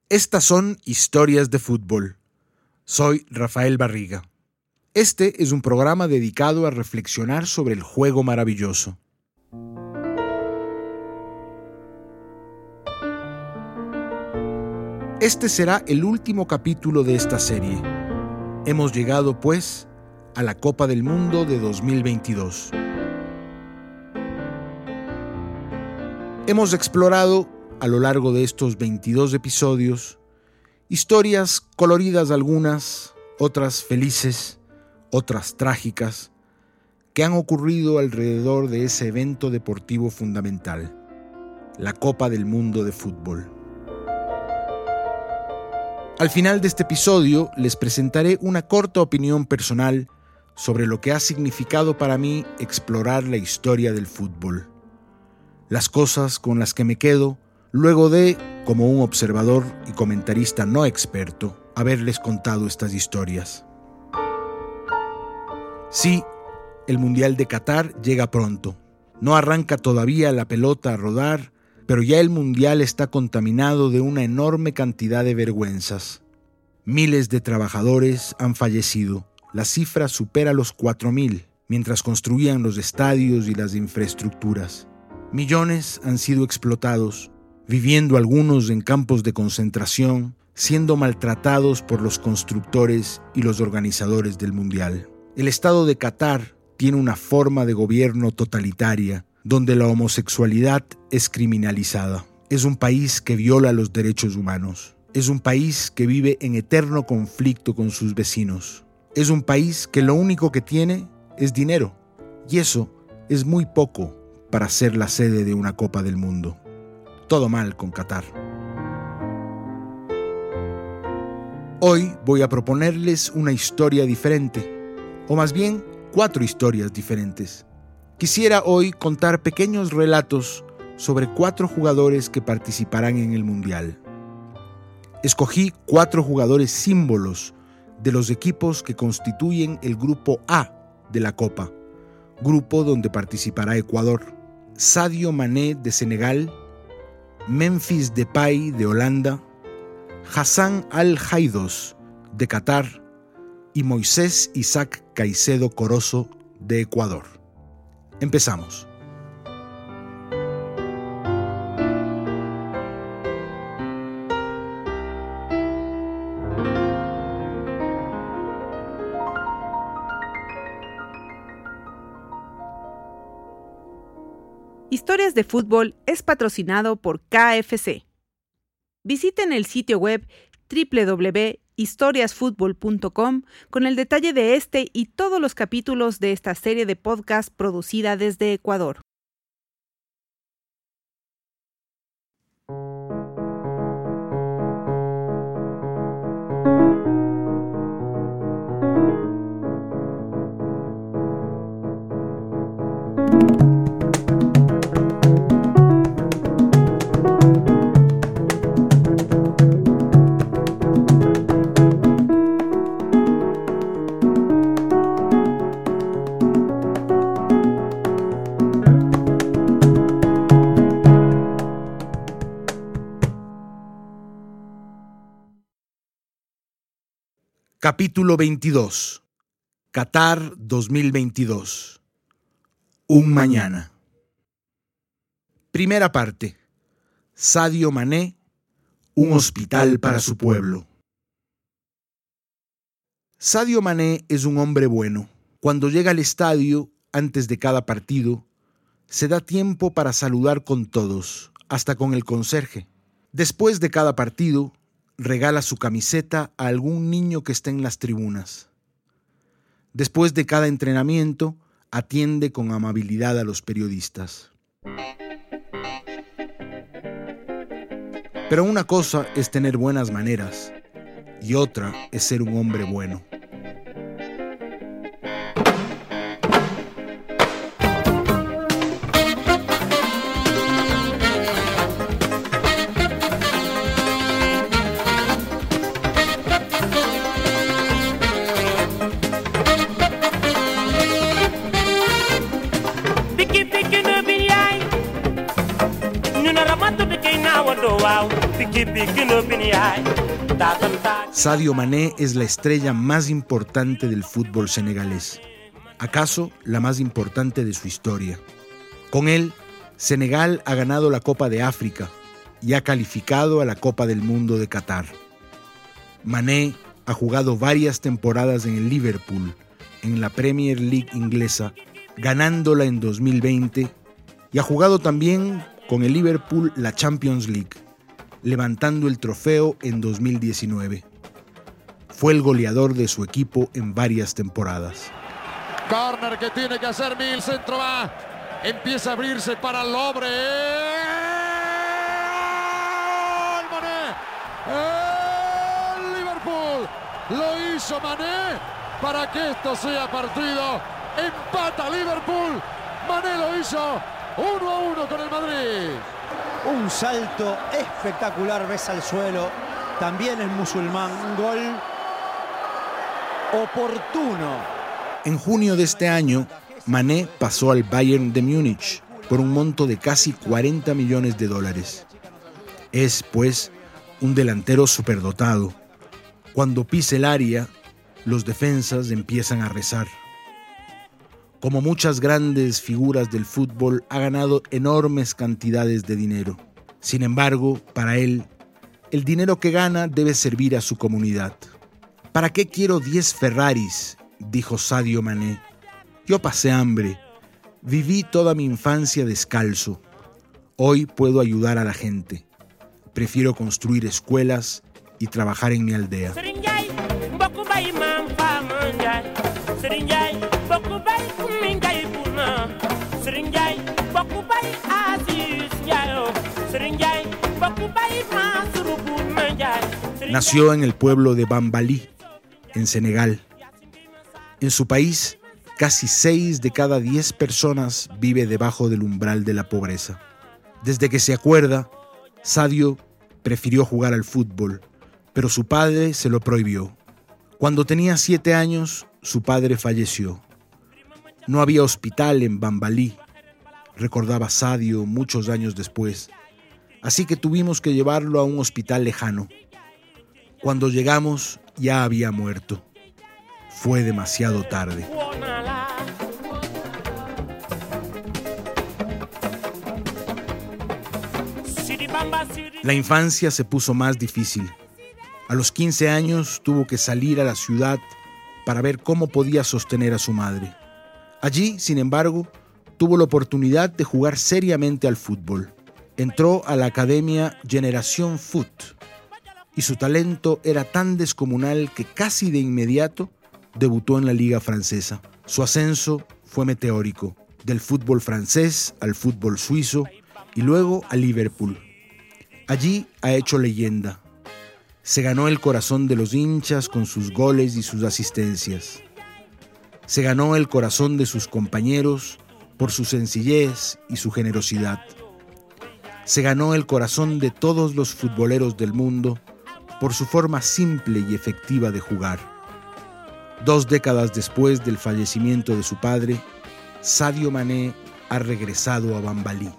Estas son historias de fútbol. Soy Rafael Barriga. Este es un programa dedicado a reflexionar sobre el juego maravilloso. Este será el último capítulo de esta serie. Hemos llegado, pues, a la Copa del Mundo de 2022. Hemos explorado, a lo largo de estos 22 episodios, historias coloridas algunas, otras felices, otras trágicas, que han ocurrido alrededor de ese evento deportivo fundamental, la Copa del Mundo de Fútbol. Al final de este episodio les presentaré una corta opinión personal sobre lo que ha significado para mí explorar la historia del fútbol. Las cosas con las que me quedo luego de, como un observador y comentarista no experto, haberles contado estas historias. Sí, el Mundial de Qatar llega pronto. No arranca todavía la pelota a rodar, pero ya el Mundial está contaminado de una enorme cantidad de vergüenzas. Miles de trabajadores han fallecido. La cifra supera los 4.000 mientras construían los estadios y las infraestructuras. Millones han sido explotados, viviendo algunos en campos de concentración, siendo maltratados por los constructores y los organizadores del Mundial. El Estado de Qatar tiene una forma de gobierno totalitaria, donde la homosexualidad es criminalizada. Es un país que viola los derechos humanos. Es un país que vive en eterno conflicto con sus vecinos. Es un país que lo único que tiene es dinero. Y eso es muy poco para ser la sede de una Copa del Mundo. Todo mal con Qatar. Hoy voy a proponerles una historia diferente, o más bien 4 historias diferentes. Quisiera hoy contar pequeños relatos sobre 4 jugadores que participarán en el Mundial. Escogí 4 jugadores símbolos de los equipos que constituyen el Grupo A de la Copa, grupo donde participará Ecuador, Sadio Mané de Senegal, Memphis Depay de Holanda, Hassan Al-Jaidos de Qatar y Moisés Isaac Caicedo Corozo de Ecuador. Empezamos. Historias de Fútbol es patrocinado por KFC. Visiten el sitio web www.historiasfutbol.com con el detalle de este y todos los capítulos de esta serie de podcast producida desde Ecuador. Capítulo 22. Qatar 2022. Un mañana. Primera parte. Sadio Mané, un hospital para su pueblo. Sadio Mané es un hombre bueno. Cuando llega al estadio, antes de cada partido, se da tiempo para saludar con todos, hasta con el conserje. Después de cada partido, regala su camiseta a algún niño que esté en las tribunas. Después de cada entrenamiento, atiende con amabilidad a los periodistas. Pero una cosa es tener buenas maneras y otra es ser un hombre bueno. Wow, Sadio Mané es la estrella más importante del fútbol senegalés, acaso la más importante de su historia. Con él, Senegal ha ganado la Copa de África y ha calificado a la Copa del Mundo de Qatar. Mané ha jugado varias temporadas en el Liverpool, en la Premier League inglesa, ganándola en 2020, y ha jugado también con el Liverpool la Champions League, levantando el trofeo en 2019. Fue el goleador de su equipo en varias temporadas. Corner que tiene que hacer Mil, centro va, empieza a abrirse para Lobre. ¡El Liverpool! Lo hizo Mané para que esto sea partido. Empata Liverpool. Mané lo hizo 1-1 con el Madrid. Un salto espectacular, besa al suelo. También es musulmán. Un gol oportuno. En junio de este año, Mané pasó al Bayern de Múnich por un monto de casi $40 millones. Es, pues, un delantero superdotado. Cuando pisa el área, los defensas empiezan a rezar. Como muchas grandes figuras del fútbol, ha ganado enormes cantidades de dinero. Sin embargo, para él, el dinero que gana debe servir a su comunidad. ¿Para qué quiero 10 Ferraris?, dijo Sadio Mané. Yo pasé hambre, viví toda mi infancia descalzo. Hoy puedo ayudar a la gente. Prefiero construir escuelas y trabajar en mi aldea. Nació en el pueblo de Bambali, en Senegal. En su país, casi 6 de cada 10 personas vive debajo del umbral de la pobreza. Desde que se acuerda, Sadio prefirió jugar al fútbol, pero su padre se lo prohibió. Cuando tenía 7 años, su padre falleció. No había hospital en Bambali, recordaba Sadio muchos años después, así que tuvimos que llevarlo a un hospital lejano. Cuando llegamos, ya había muerto. Fue demasiado tarde. La infancia se puso más difícil. A los 15 años tuvo que salir a la ciudad para ver cómo podía sostener a su madre. Allí, sin embargo, tuvo la oportunidad de jugar seriamente al fútbol. Entró a la academia Generación Foot y su talento era tan descomunal que casi de inmediato debutó en la liga francesa. Su ascenso fue meteórico, del fútbol francés al fútbol suizo y luego a Liverpool. Allí ha hecho leyenda. Se ganó el corazón de los hinchas con sus goles y sus asistencias. Se ganó el corazón de sus compañeros por su sencillez y su generosidad. Se ganó el corazón de todos los futboleros del mundo por su forma simple y efectiva de jugar. 2 décadas después del fallecimiento de su padre, Sadio Mané ha regresado a Bambali.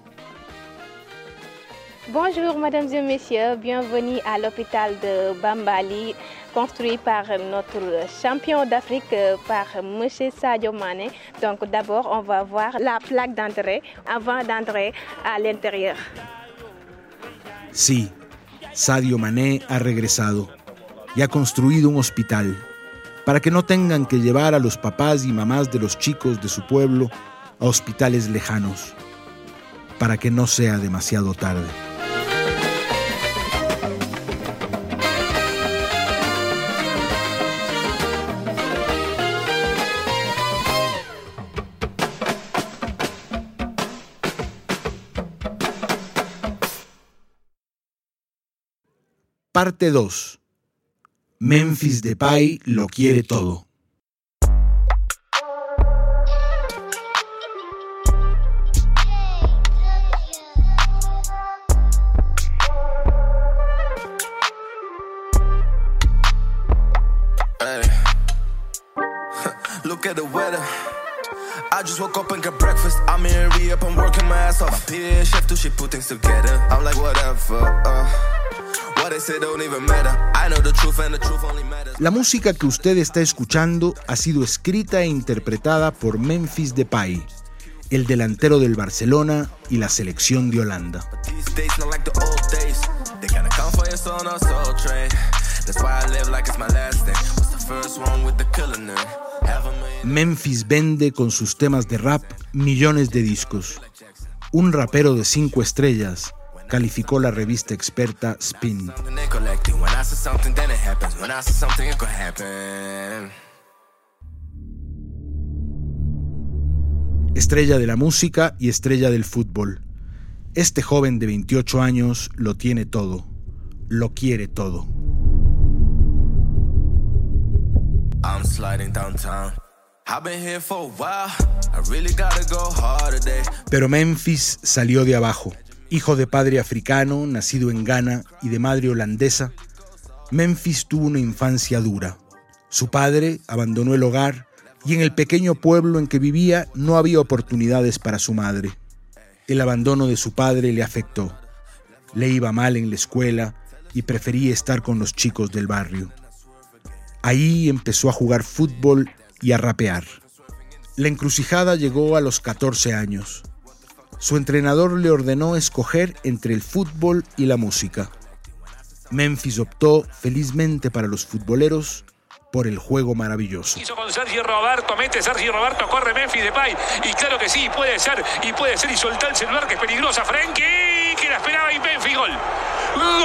Bonjour, mesdames et messieurs, bienvenue à l'hôpital de Bambali, construit par notre champion d'Afrique, par M. Sadio Mané. Donc d'abord, on va voir la plaque d'entrée avant d'entrer à l'intérieur. Sí, Sadio Mané ha regresado y ha construido un hospital para que no tengan que llevar a los papás y mamás de los chicos de su pueblo a hospitales lejanos, para que no sea demasiado tarde. Parte 2. Memphis Depay lo quiere todo. Hey. Look at the weather. I just woke up and got breakfast. I'm here, re-up, I'm working my ass off. My PA chef, do she put things together? I'm like, whatever. La música que usted está escuchando ha sido escrita e interpretada por Memphis Depay, el delantero del Barcelona y la selección de Holanda. Memphis vende con sus temas de rap millones de discos. Un rapero de 5 estrellas, calificó la revista experta Spin. Estrella de la música y estrella del fútbol. Este joven de 28 años lo tiene todo, lo quiere todo. Pero Memphis salió de abajo. Hijo de padre africano, nacido en Ghana y de madre holandesa, Memphis tuvo una infancia dura. Su padre abandonó el hogar y en el pequeño pueblo en que vivía no había oportunidades para su madre. El abandono de su padre le afectó. Le iba mal en la escuela y prefería estar con los chicos del barrio. Ahí empezó a jugar fútbol y a rapear. La encrucijada llegó a los 14 años. Su entrenador le ordenó escoger entre el fútbol y la música. Memphis optó, felizmente para los futboleros, por el juego maravilloso. Hizo con Sergi Roberto, mete Sergi Roberto, corre Memphis Depay, y claro que sí, puede ser, y soltá el celular que es peligrosa, Frenkie, que la esperaba y Memphis, gol. ¡Gol!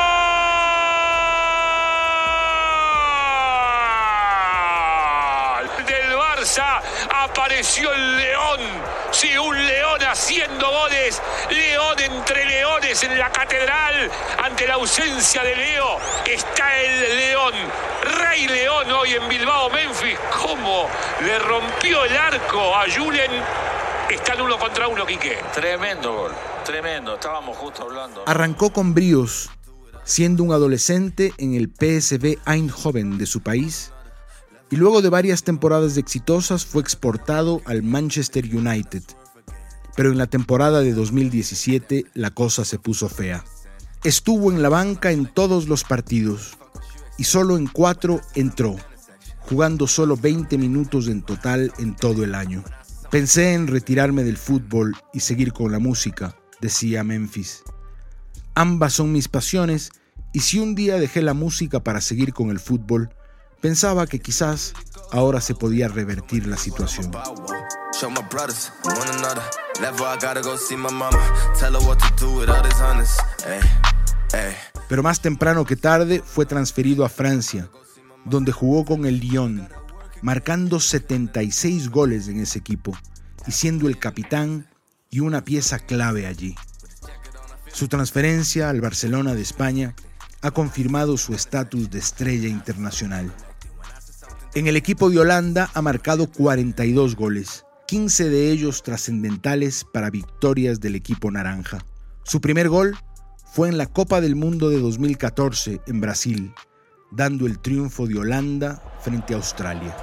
Del Barça apareció el León. Sí, un León haciendo goles. León entre leones en la catedral. Ante la ausencia de Leo está el León. Rey León hoy en Bilbao. Memphis, ¿cómo le rompió el arco a Julen? Están 1 contra 1, Quique. Tremendo gol, tremendo. Estábamos justo hablando. Arrancó con bríos, siendo un adolescente en el PSV Eindhoven de su país, y luego de varias temporadas exitosas fue exportado al Manchester United. Pero en la temporada de 2017 la cosa se puso fea. Estuvo en la banca en todos los partidos y solo en 4 entró, jugando solo 20 minutos en total en todo el año. Pensé en retirarme del fútbol y seguir con la música, decía Memphis. Ambas son mis pasiones y si un día dejé la música para seguir con el fútbol, pensaba que quizás ahora se podía revertir la situación. Pero más temprano que tarde fue transferido a Francia, donde jugó con el Lyon, marcando 76 goles en ese equipo y siendo el capitán y una pieza clave allí. Su transferencia al Barcelona de España ha confirmado su estatus de estrella internacional. En el equipo de Holanda ha marcado 42 goles, 15 de ellos trascendentales para victorias del equipo naranja. Su primer gol fue en la Copa del Mundo de 2014 en Brasil, dando el triunfo de Holanda frente a Australia.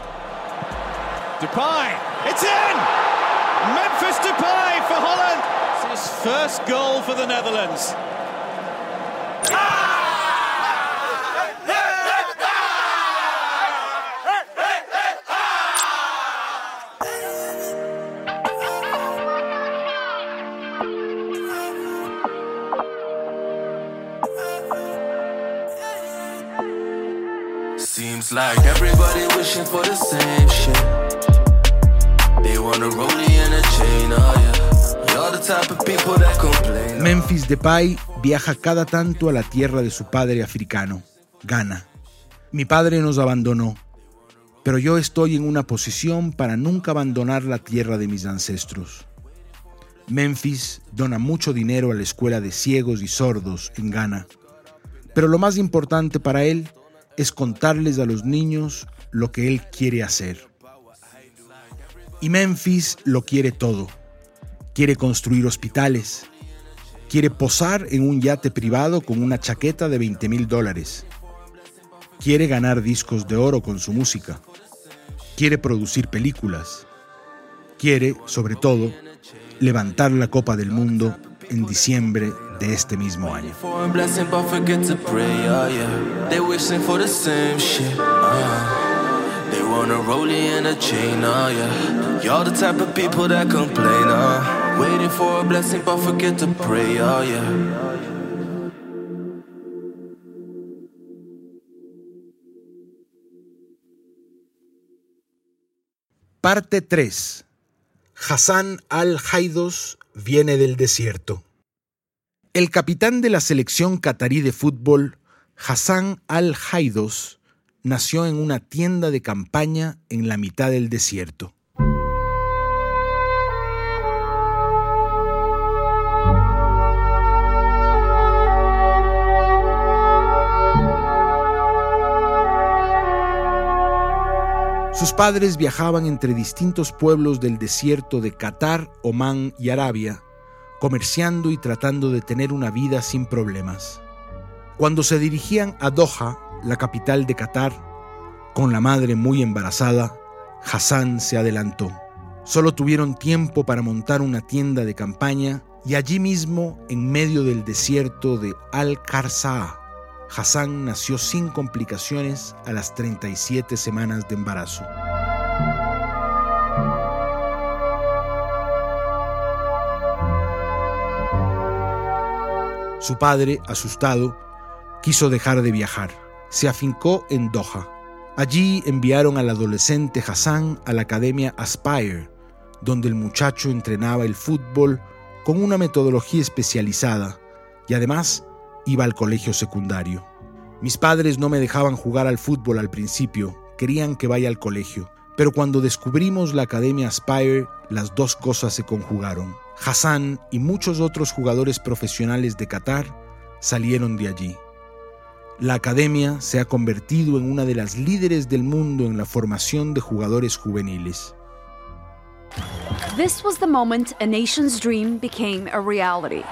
Depay, it's in! Memphis Depay for Holland. It's his first goal for the Netherlands. Seems like everybody wishing for the same shit. They want a rollie and a chain, oh yeah. You're the type of people that complain. Memphis Depay viaja cada tanto a la tierra de su padre africano, Ghana. Mi padre nos abandonó, pero yo estoy en una posición para nunca abandonar la tierra de mis ancestros. Memphis dona mucho dinero a la escuela de ciegos y sordos en Ghana, pero lo más importante para él es contarles a los niños lo que él quiere hacer. Y Memphis lo quiere todo. Quiere construir hospitales. Quiere posar en un yate privado con una chaqueta de $20,000. Quiere ganar discos de oro con su música. Quiere producir películas. Quiere, sobre todo, levantar la Copa del Mundo en diciembre de este mismo año. They want a rollie and a chain, yeah. You're the type of people that complain, waiting for a blessing but forget to pray, yeah. Parte 3. Hassan Al-Jaidos viene del desierto. El capitán de la selección catarí de fútbol, Hassan Al-Jaidos, nació en una tienda de campaña en la mitad del desierto. Sus padres viajaban entre distintos pueblos del desierto de Qatar, Omán y Arabia, comerciando y tratando de tener una vida sin problemas. Cuando se dirigían a Doha, la capital de Qatar, con la madre muy embarazada, Hassan se adelantó. Solo tuvieron tiempo para montar una tienda de campaña y allí mismo, en medio del desierto de Al-Qarsaa, Hassan nació sin complicaciones a las 37 semanas de embarazo. Su padre, asustado, quiso dejar de viajar. Se afincó en Doha. Allí enviaron al adolescente Hassan a la academia Aspire, donde el muchacho entrenaba el fútbol con una metodología especializada y además iba al colegio secundario. Mis padres no me dejaban jugar al fútbol al principio, querían que vaya al colegio, pero cuando descubrimos la academia Aspire, las dos cosas se conjugaron. Hassan y muchos otros jugadores profesionales de Qatar salieron de allí. La academia se ha convertido en una de las líderes del mundo en la formación de jugadores juveniles. This was the moment a nation's dream became a reality.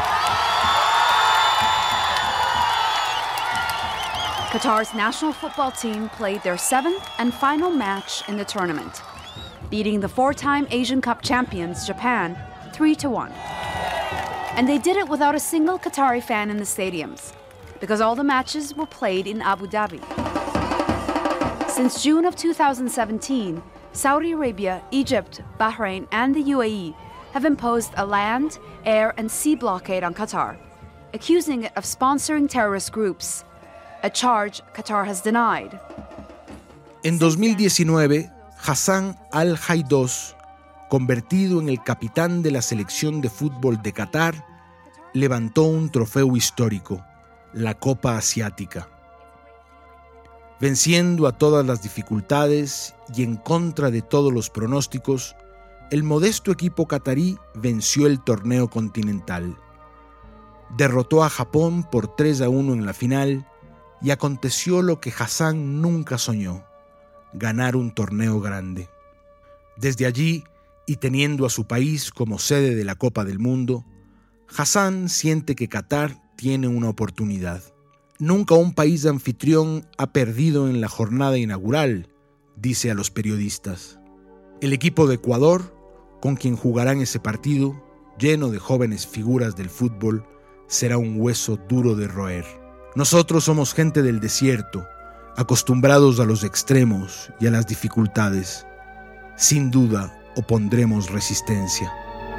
Qatar's national football team played their 7th and final match in the tournament, beating the 4-time Asian Cup champions, Japan, 3-1. And they did it without a single Qatari fan in the stadiums, because all the matches were played in Abu Dhabi. Since June of 2017, Saudi Arabia, Egypt, Bahrain, and the UAE have imposed a land, air, and sea blockade on Qatar, accusing it of sponsoring terrorist groups, a charge Qatar has denied. En 2019, Hassan Al-Jaidos, convertido en el capitán de la selección de fútbol de Qatar, levantó un trofeo histórico, la Copa Asiática. Venciendo a todas las dificultades y en contra de todos los pronósticos, el modesto equipo catarí venció el torneo continental. Derrotó a Japón por 3-1 en la final y aconteció lo que Hassan nunca soñó, ganar un torneo grande. Desde allí, y teniendo a su país como sede de la Copa del Mundo, Hassan siente que Qatar tiene una oportunidad. Nunca un país anfitrión ha perdido en la jornada inaugural, dice a los periodistas. El equipo de Ecuador, con quien jugarán ese partido, lleno de jóvenes figuras del fútbol, será un hueso duro de roer. Nosotros somos gente del desierto, acostumbrados a los extremos y a las dificultades. Sin duda, opondremos resistencia.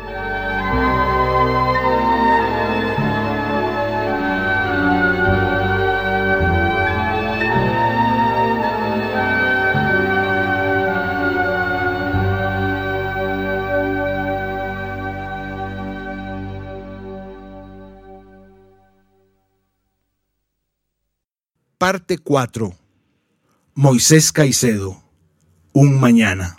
Parte 4. Moisés Caicedo. Un mañana.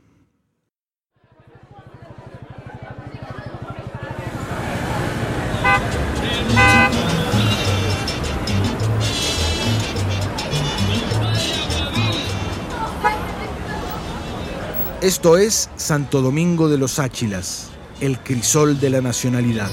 Esto es Santo Domingo de los Áchilas, el crisol de la nacionalidad.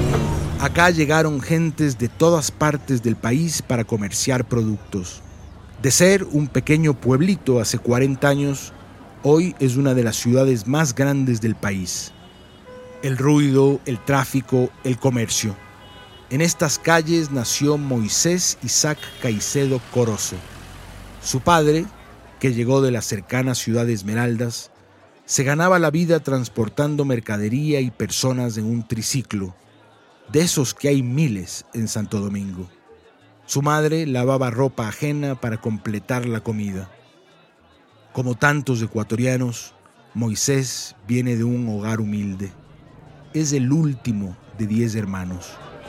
Acá llegaron gentes de todas partes del país para comerciar productos. De ser un pequeño pueblito hace 40 años, hoy es una de las ciudades más grandes del país. El ruido, el tráfico, el comercio. En estas calles nació Moisés Isaac Caicedo Corozo. Su padre, que llegó de la cercana ciudad de Esmeraldas, se ganaba la vida transportando mercadería y personas en un triciclo, de esos que hay miles en Santo Domingo. Su madre lavaba ropa ajena para completar la comida. Como tantos ecuatorianos, Moisés viene de un hogar humilde. Es el último de 10 hermanos.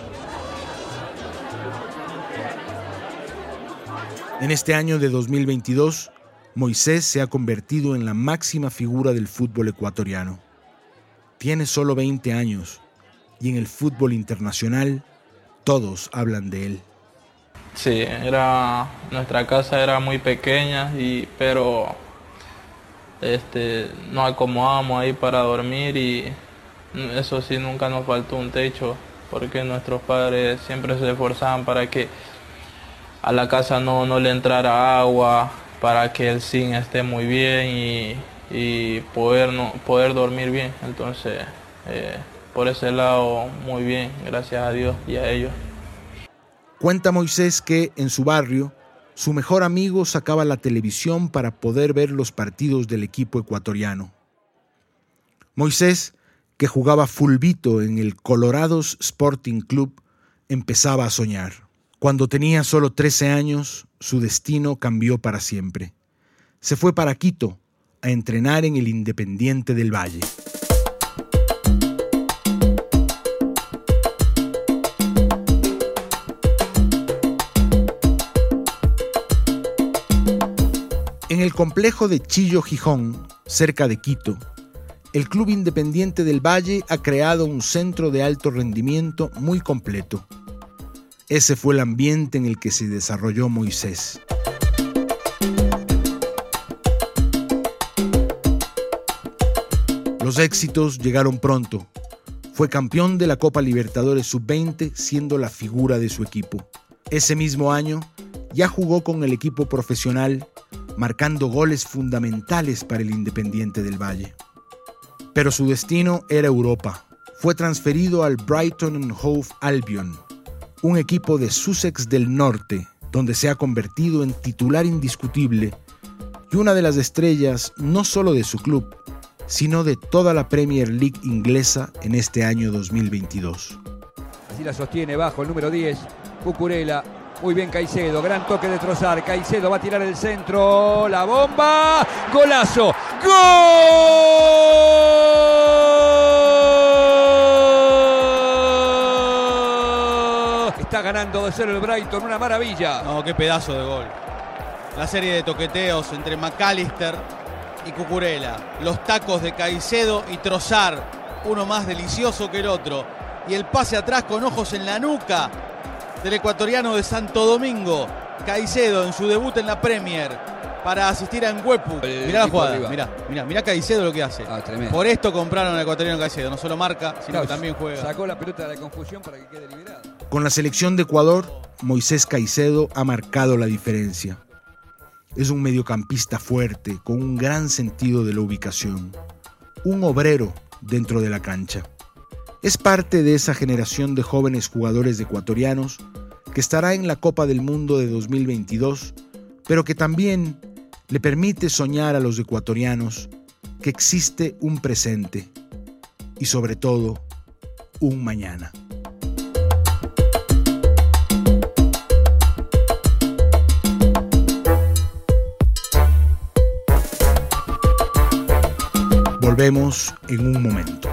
En este año de 2022, Moisés se ha convertido en la máxima figura del fútbol ecuatoriano. Tiene solo 20 años y en el fútbol internacional todos hablan de él. Sí, nuestra casa era muy pequeña, pero nos acomodamos ahí para dormir y eso sí, nunca nos faltó un techo, porque nuestros padres siempre se esforzaban para que a la casa no le entrara agua, para que el zinc esté muy bien y poder dormir bien. Entonces, por ese lado, muy bien, gracias a Dios y a ellos. Cuenta Moisés que en su barrio, su mejor amigo sacaba la televisión para poder ver los partidos del equipo ecuatoriano. Moisés, que jugaba fulbito en el Colorados Sporting Club, empezaba a soñar. Cuando tenía solo 13 años, su destino cambió para siempre. Se fue para Quito a entrenar en el Independiente del Valle. En el complejo de Chillo Gijón, cerca de Quito, el Club Independiente del Valle ha creado un centro de alto rendimiento muy completo. Ese fue el ambiente en el que se desarrolló Moisés. Los éxitos llegaron pronto. Fue campeón de la Copa Libertadores Sub-20, siendo la figura de su equipo. Ese mismo año, ya jugó con el equipo profesional, marcando goles fundamentales para el Independiente del Valle. Pero su destino era Europa. Fue transferido al Brighton & Hove Albion, un equipo de Sussex del Norte, donde se ha convertido en titular indiscutible y una de las estrellas no solo de su club, sino de toda la Premier League inglesa en este año 2022. Así la sostiene bajo el número 10, Cucurella. Muy bien Caicedo, gran toque de Trossard. Caicedo va a tirar el centro, la bomba, golazo, ¡gol! Está ganando 2-0 el Brighton, una maravilla. No, qué pedazo de gol. La serie de toqueteos entre McAllister y Cucurella. Los tacos de Caicedo y Trossard, uno más delicioso que el otro. Y el pase atrás con ojos en la nuca del ecuatoriano de Santo Domingo, Caicedo, en su debut en la Premier, para asistir a Ngüepu. Mirá la jugada, mirá Caicedo lo que hace. Por esto compraron al ecuatoriano Caicedo, no solo marca, sino que también juega. Sacó la pelota de la confusión para que quede liberada. Con la selección de Ecuador, Moisés Caicedo ha marcado la diferencia. Es un mediocampista fuerte, con un gran sentido de la ubicación. Un obrero dentro de la cancha. Es parte de esa generación de jóvenes jugadores ecuatorianos que estará en la Copa del Mundo de 2022, pero que también le permite soñar a los ecuatorianos que existe un presente y sobre todo un mañana. Volvemos en un momento.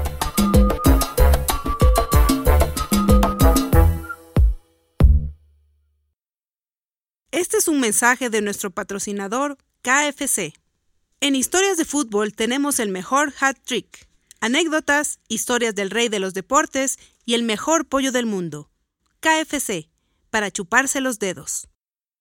Este es un mensaje de nuestro patrocinador KFC. En Historias de Fútbol tenemos el mejor hat-trick, anécdotas, historias del rey de los deportes y el mejor pollo del mundo. KFC, para chuparse los dedos.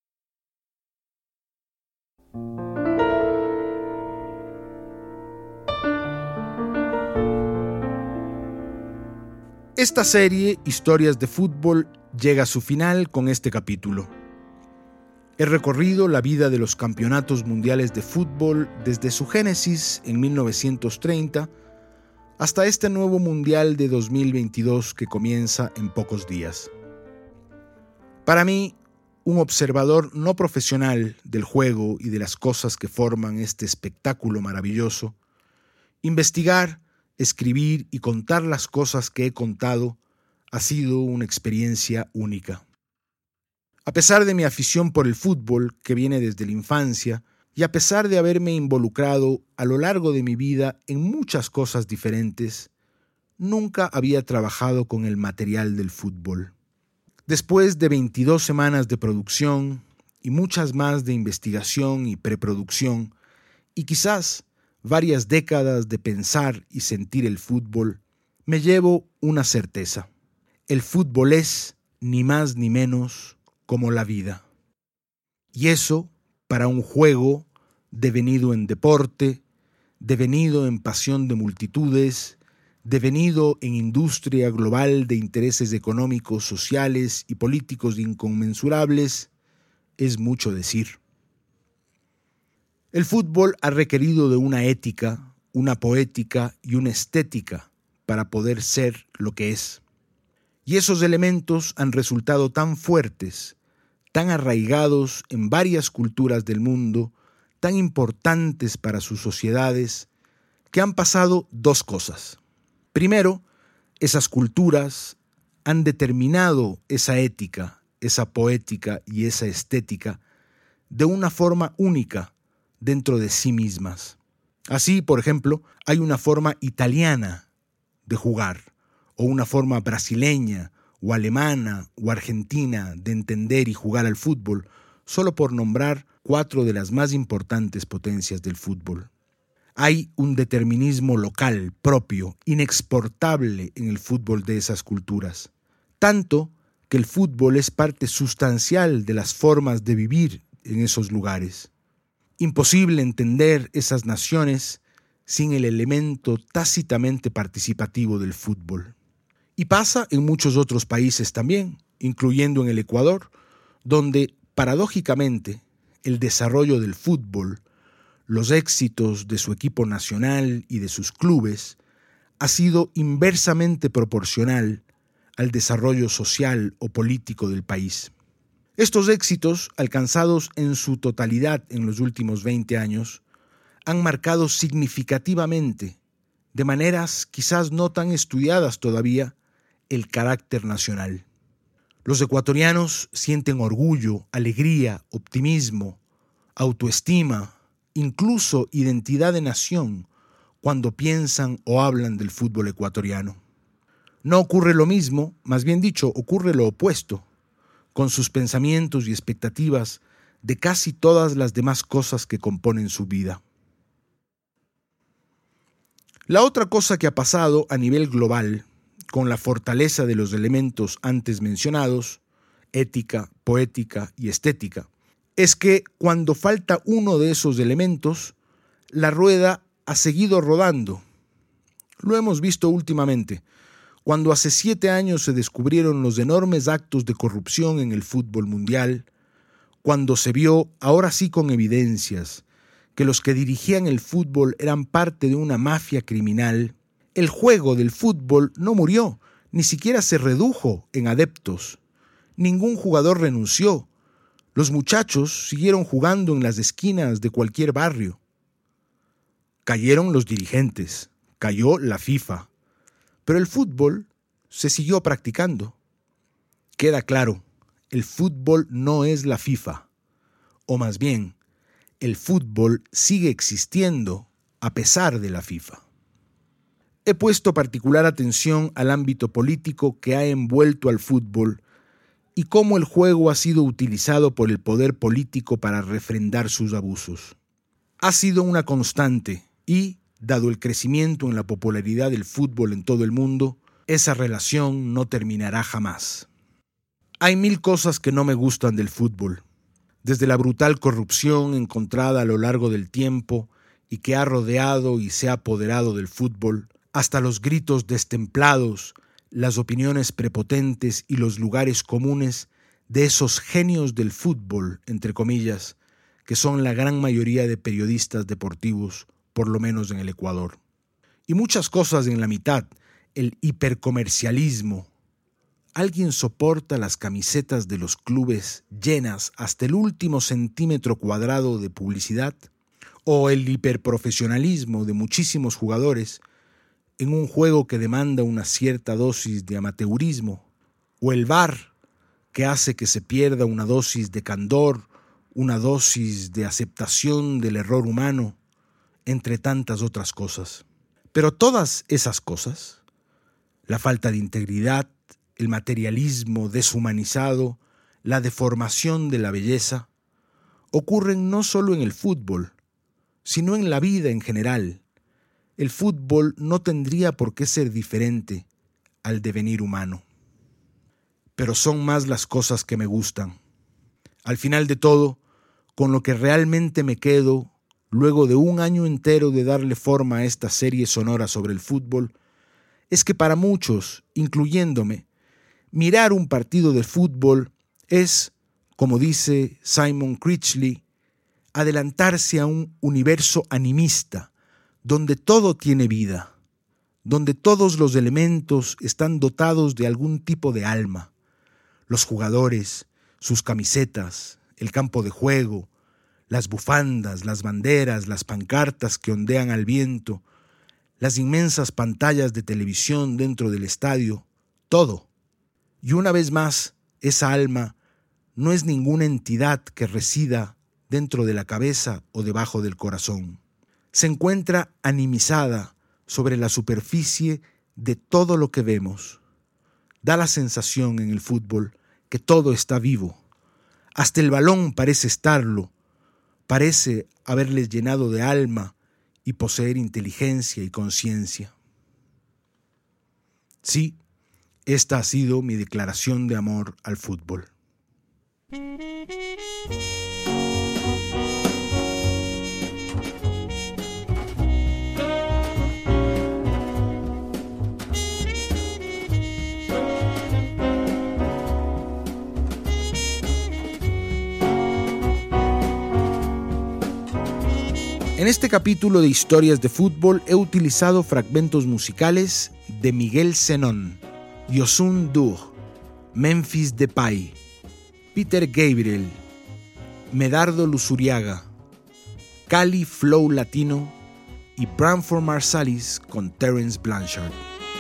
Esta serie, Historias de Fútbol, llega a su final con este capítulo. He recorrido la vida de los campeonatos mundiales de fútbol desde su génesis en 1930 hasta este nuevo mundial de 2022 que comienza en pocos días. Para mí, un observador no profesional del juego y de las cosas que forman este espectáculo maravilloso, investigar, escribir y contar las cosas que he contado ha sido una experiencia única. A pesar de mi afición por el fútbol, que viene desde la infancia, y a pesar de haberme involucrado a lo largo de mi vida en muchas cosas diferentes, nunca había trabajado con el material del fútbol. Después de 22 semanas de producción y muchas más de investigación y preproducción, y quizás varias décadas de pensar y sentir el fútbol, me llevo una certeza. El fútbol es, ni más ni menos, como la vida. Y eso, para un juego devenido en deporte, devenido en pasión de multitudes, devenido en industria global de intereses económicos, sociales y políticos inconmensurables, es mucho decir. El fútbol ha requerido de una ética, una poética y una estética para poder ser lo que es. Y esos elementos han resultado tan fuertes, tan arraigados en varias culturas del mundo, tan importantes para sus sociedades, que han pasado dos cosas. Primero, esas culturas han determinado esa ética, esa poética y esa estética de una forma única dentro de sí mismas. Así, por ejemplo, hay una forma italiana de jugar, o una forma brasileña, o alemana o argentina de entender y jugar al fútbol, solo por nombrar 4 de las más importantes potencias del fútbol. Hay un determinismo local, propio, inexportable en el fútbol de esas culturas, tanto que el fútbol es parte sustancial de las formas de vivir en esos lugares. Imposible entender esas naciones sin el elemento tácitamente participativo del fútbol. Y pasa en muchos otros países también, incluyendo en el Ecuador, donde, paradójicamente, el desarrollo del fútbol, los éxitos de su equipo nacional y de sus clubes, ha sido inversamente proporcional al desarrollo social o político del país. Estos éxitos, alcanzados en su totalidad en los últimos 20 años, han marcado significativamente, de maneras quizás no tan estudiadas todavía, el carácter nacional. Los ecuatorianos sienten orgullo, alegría, optimismo, autoestima, incluso identidad de nación cuando piensan o hablan del fútbol ecuatoriano. No ocurre lo mismo, más bien dicho, ocurre lo opuesto, con sus pensamientos y expectativas de casi todas las demás cosas que componen su vida. La otra cosa que ha pasado a nivel global, con la fortaleza de los elementos antes mencionados, ética, poética y estética, es que cuando falta uno de esos elementos, la rueda ha seguido rodando. Lo hemos visto últimamente, cuando hace 7 años se descubrieron los enormes actos de corrupción en el fútbol mundial, cuando se vio, ahora sí con evidencias, que los que dirigían el fútbol eran parte de una mafia criminal. El juego del fútbol no murió, ni siquiera se redujo en adeptos. Ningún jugador renunció. Los muchachos siguieron jugando en las esquinas de cualquier barrio. Cayeron los dirigentes, cayó la FIFA, pero el fútbol se siguió practicando. Queda claro, el fútbol no es la FIFA, o más bien, el fútbol sigue existiendo a pesar de la FIFA. He puesto particular atención al ámbito político que ha envuelto al fútbol y cómo el juego ha sido utilizado por el poder político para refrendar sus abusos. Ha sido una constante y, dado el crecimiento en la popularidad del fútbol en todo el mundo, esa relación no terminará jamás. Hay 1000 cosas que no me gustan del fútbol, desde la brutal corrupción encontrada a lo largo del tiempo y que ha rodeado y se ha apoderado del fútbol, hasta los gritos destemplados, las opiniones prepotentes y los lugares comunes de esos genios del fútbol, entre comillas, que son la gran mayoría de periodistas deportivos, por lo menos en el Ecuador. Y muchas cosas en la mitad, el hipercomercialismo. ¿Alguien soporta las camisetas de los clubes llenas hasta el último centímetro cuadrado de publicidad? ¿O el hiperprofesionalismo de muchísimos jugadores en un juego que demanda una cierta dosis de amateurismo? ¿O el VAR que hace que se pierda una dosis de candor, una dosis de aceptación del error humano, entre tantas otras cosas? Pero todas esas cosas, la falta de integridad, el materialismo deshumanizado, la deformación de la belleza, ocurren no solo en el fútbol, sino en la vida en general. El fútbol no tendría por qué ser diferente al devenir humano. Pero son más las cosas que me gustan. Al final de todo, con lo que realmente me quedo, luego de un año entero de darle forma a esta serie sonora sobre el fútbol, es que para muchos, incluyéndome, mirar un partido de fútbol es, como dice Simon Critchley, adelantarse a un universo animista, donde todo tiene vida, donde todos los elementos están dotados de algún tipo de alma. Los jugadores, sus camisetas, el campo de juego, las bufandas, las banderas, las pancartas que ondean al viento, las inmensas pantallas de televisión dentro del estadio, todo. Y una vez más, esa alma no es ninguna entidad que resida dentro de la cabeza o debajo del corazón. Se encuentra animizada sobre la superficie de todo lo que vemos. Da la sensación en el fútbol que todo está vivo. Hasta el balón parece estarlo. Parece haberles llenado de alma y poseer inteligencia y conciencia. Sí, esta ha sido mi declaración de amor al fútbol. En este capítulo de Historias de Fútbol he utilizado fragmentos musicales de Miguel Zenón, Youssou N'Dour, Memphis Depay, Peter Gabriel, Medardo Luzuriaga, Cali Flow Latino y Branford Marsalis con Terence Blanchard.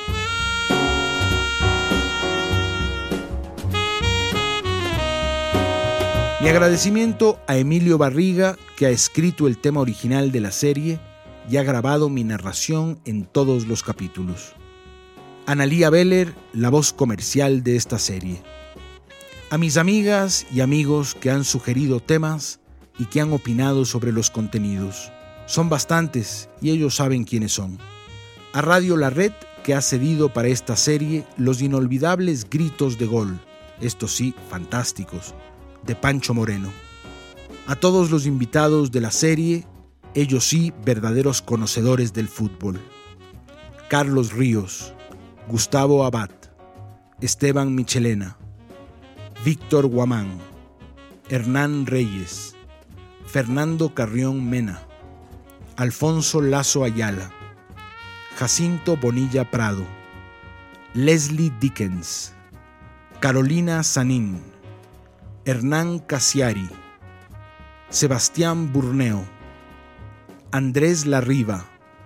Mi agradecimiento a Emilio Barriga, que ha escrito el tema original de la serie y ha grabado mi narración en todos los capítulos. Analía Beller, la voz comercial de esta serie. A mis amigas y amigos que han sugerido temas y que han opinado sobre los contenidos. Son bastantes y ellos saben quiénes son. A Radio La Red, que ha cedido para esta serie los inolvidables gritos de gol, estos sí, fantásticos, de Pancho Moreno. A todos los invitados de la serie, ellos sí, verdaderos conocedores del fútbol. Carlos Ríos, Gustavo Abad, Esteban Michelena, Víctor Guamán, Hernán Reyes, Fernando Carrión Mena, Alfonso Lazo Ayala, Jacinto Bonilla Prado, Leslie Dickens, Carolina Sanín, Hernán Casiari, Sebastián Burneo, Andrés Larriba,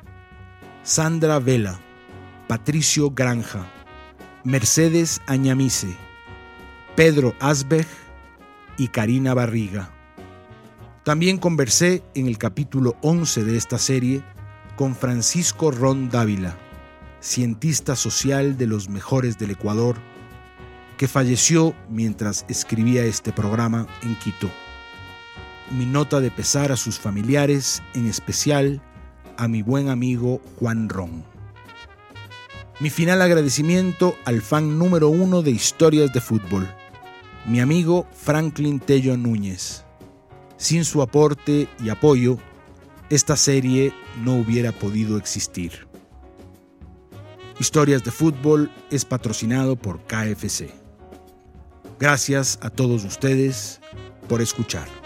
Sandra Vela, Patricio Granja, Mercedes Añamice, Pedro Asbeg y Karina Barriga. También conversé en el capítulo 11 de esta serie con Francisco Ron Dávila, cientista social de los mejores del Ecuador, que falleció mientras escribía este programa en Quito. Mi nota de pesar a sus familiares, en especial a mi buen amigo Juan Ron. Mi final agradecimiento al fan número 1 de Historias de Fútbol, mi amigo Franklin Tello Núñez. Sin su aporte y apoyo, esta serie no hubiera podido existir. Historias de Fútbol es patrocinado por KFC. Gracias a todos ustedes por escuchar.